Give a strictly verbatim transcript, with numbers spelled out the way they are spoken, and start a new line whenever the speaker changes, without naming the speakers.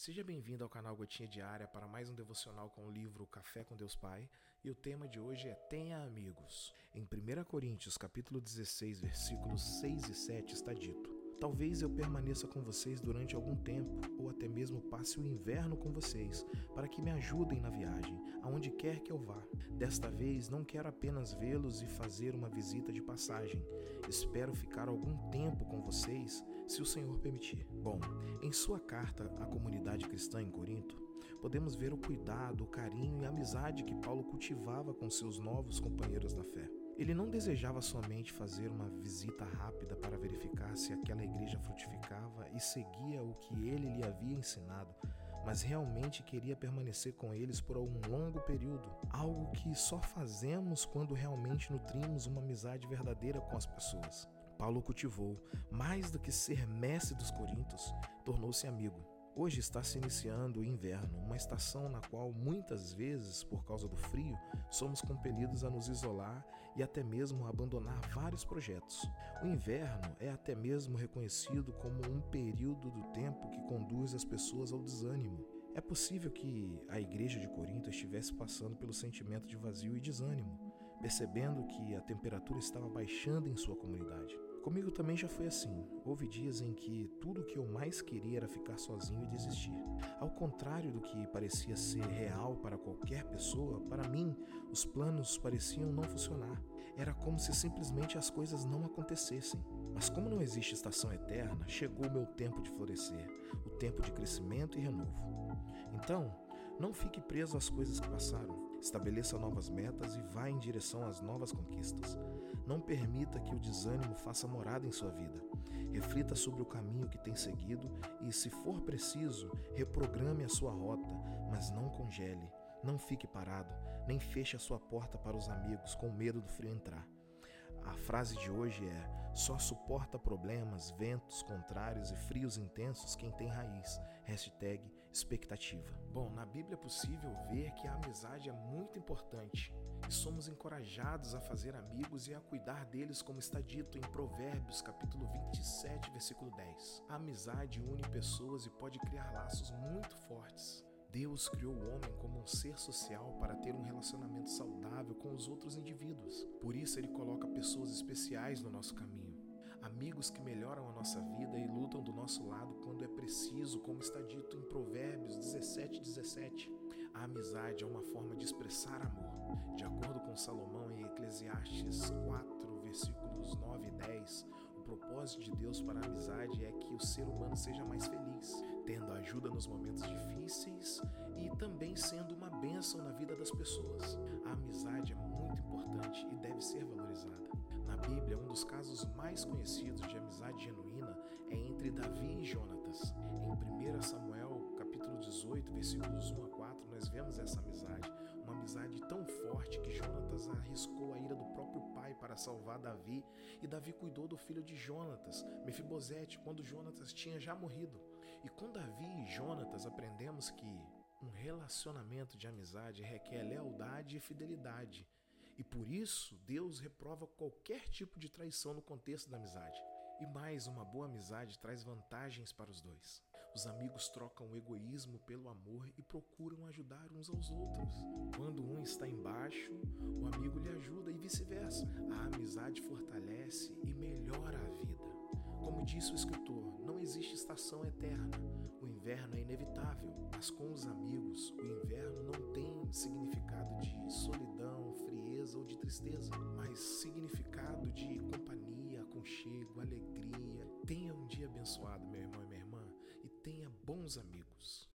Seja bem-vindo ao canal Gotinha Diária para mais um devocional com o livro Café com Deus Pai, e o tema de hoje é Tenha Amigos. Em primeira Coríntios, capítulo dezesseis, versículos seis e sete está dito: Talvez eu permaneça com vocês durante algum tempo, ou até mesmo passe o inverno com vocês, para que me ajudem na viagem, aonde quer que eu vá. Desta vez não quero apenas vê-los e fazer uma visita de passagem. Espero ficar algum tempo com vocês, se o Senhor permitir. Bom, em sua carta à comunidade cristã em Corinto, podemos ver o cuidado, o carinho e a amizade que Paulo cultivava com seus novos companheiros da fé. Ele não desejava somente fazer uma visita rápida para verificar se aquela igreja frutificava e seguia o que ele lhe havia ensinado, mas realmente queria permanecer com eles por um longo período, algo que só fazemos quando realmente nutrimos uma amizade verdadeira com as pessoas. Paulo cultivou, mais do que ser mestre dos coríntios, tornou-se amigo. Hoje está se iniciando o inverno, uma estação na qual muitas vezes, por causa do frio, somos compelidos a nos isolar e até mesmo a abandonar vários projetos. O inverno é até mesmo reconhecido como um período do tempo que conduz as pessoas ao desânimo. É possível que a igreja de Corinto estivesse passando pelo sentimento de vazio e desânimo, percebendo que a temperatura estava baixando em sua comunidade. Comigo também já foi assim. Houve dias em que tudo o que eu mais queria era ficar sozinho e desistir. Ao contrário do que parecia ser real para qualquer pessoa, para mim, os planos pareciam não funcionar. Era como se simplesmente as coisas não acontecessem. Mas como não existe estação eterna, chegou o meu tempo de florescer, o tempo de crescimento e renovo. Então, não fique preso às coisas que passaram. Estabeleça novas metas e vá em direção às novas conquistas. Não permita que o desânimo faça morada em sua vida. Reflita sobre o caminho que tem seguido e, se for preciso, reprograme a sua rota, mas não congele. Não fique parado, nem feche a sua porta para os amigos com medo do frio entrar. A frase de hoje é: só suporta problemas, ventos contrários e frios intensos quem tem raiz. Hashtag expectativa. Bom, na Bíblia é possível ver que a amizade é muito importante e somos encorajados a fazer amigos e a cuidar deles, como está dito em Provérbios capítulo vinte e sete, versículo dez. A amizade une pessoas e pode criar laços muito fortes. Deus criou o homem como um ser social para ter um relacionamento saudável com os outros indivíduos. Por isso, Ele coloca pessoas especiais no nosso caminho. Amigos que melhoram a nossa vida e lutam do nosso lado quando é preciso, como está dito em Provérbios dezessete, dezessete. A amizade é uma forma de expressar amor. De acordo com Salomão em Eclesiastes quatro, versículos nove e dez, o propósito de Deus para a amizade é que o ser humano seja mais feliz, tendo ajuda nos momentos difíceis e também sendo uma bênção na vida das pessoas. A amizade é muito importante e deve ser valorizada. Na Bíblia, um dos casos mais conhecidos de amizade genuína é entre Davi e Jonatas. Em primeira Samuel, capítulo dezoito, versículos um a quatro, nós vemos essa amizade. Uma amizade tão forte que Jonatas arriscou a ira do próprio pai para salvar Davi, e Davi cuidou do filho de Jonatas, Mefibosete, quando Jonatas tinha já morrido. E com Davi e Jonatas aprendemos que um relacionamento de amizade requer lealdade e fidelidade. E por isso, Deus reprova qualquer tipo de traição no contexto da amizade. E mais, uma boa amizade traz vantagens para os dois. Os amigos trocam o egoísmo pelo amor e procuram ajudar uns aos outros. Quando um está embaixo, o amigo lhe ajuda e vice-versa. A amizade fortalece e melhora a vida. Como disse o escritor, não existe estação eterna. O inverno é inevitável, mas com os amigos, o inverno não tem significado de solidão, frieza ou de tristeza, mas significado de companhia, aconchego, alegria. Tenha um dia abençoado, meu irmão e minha irmã, e tenha bons amigos.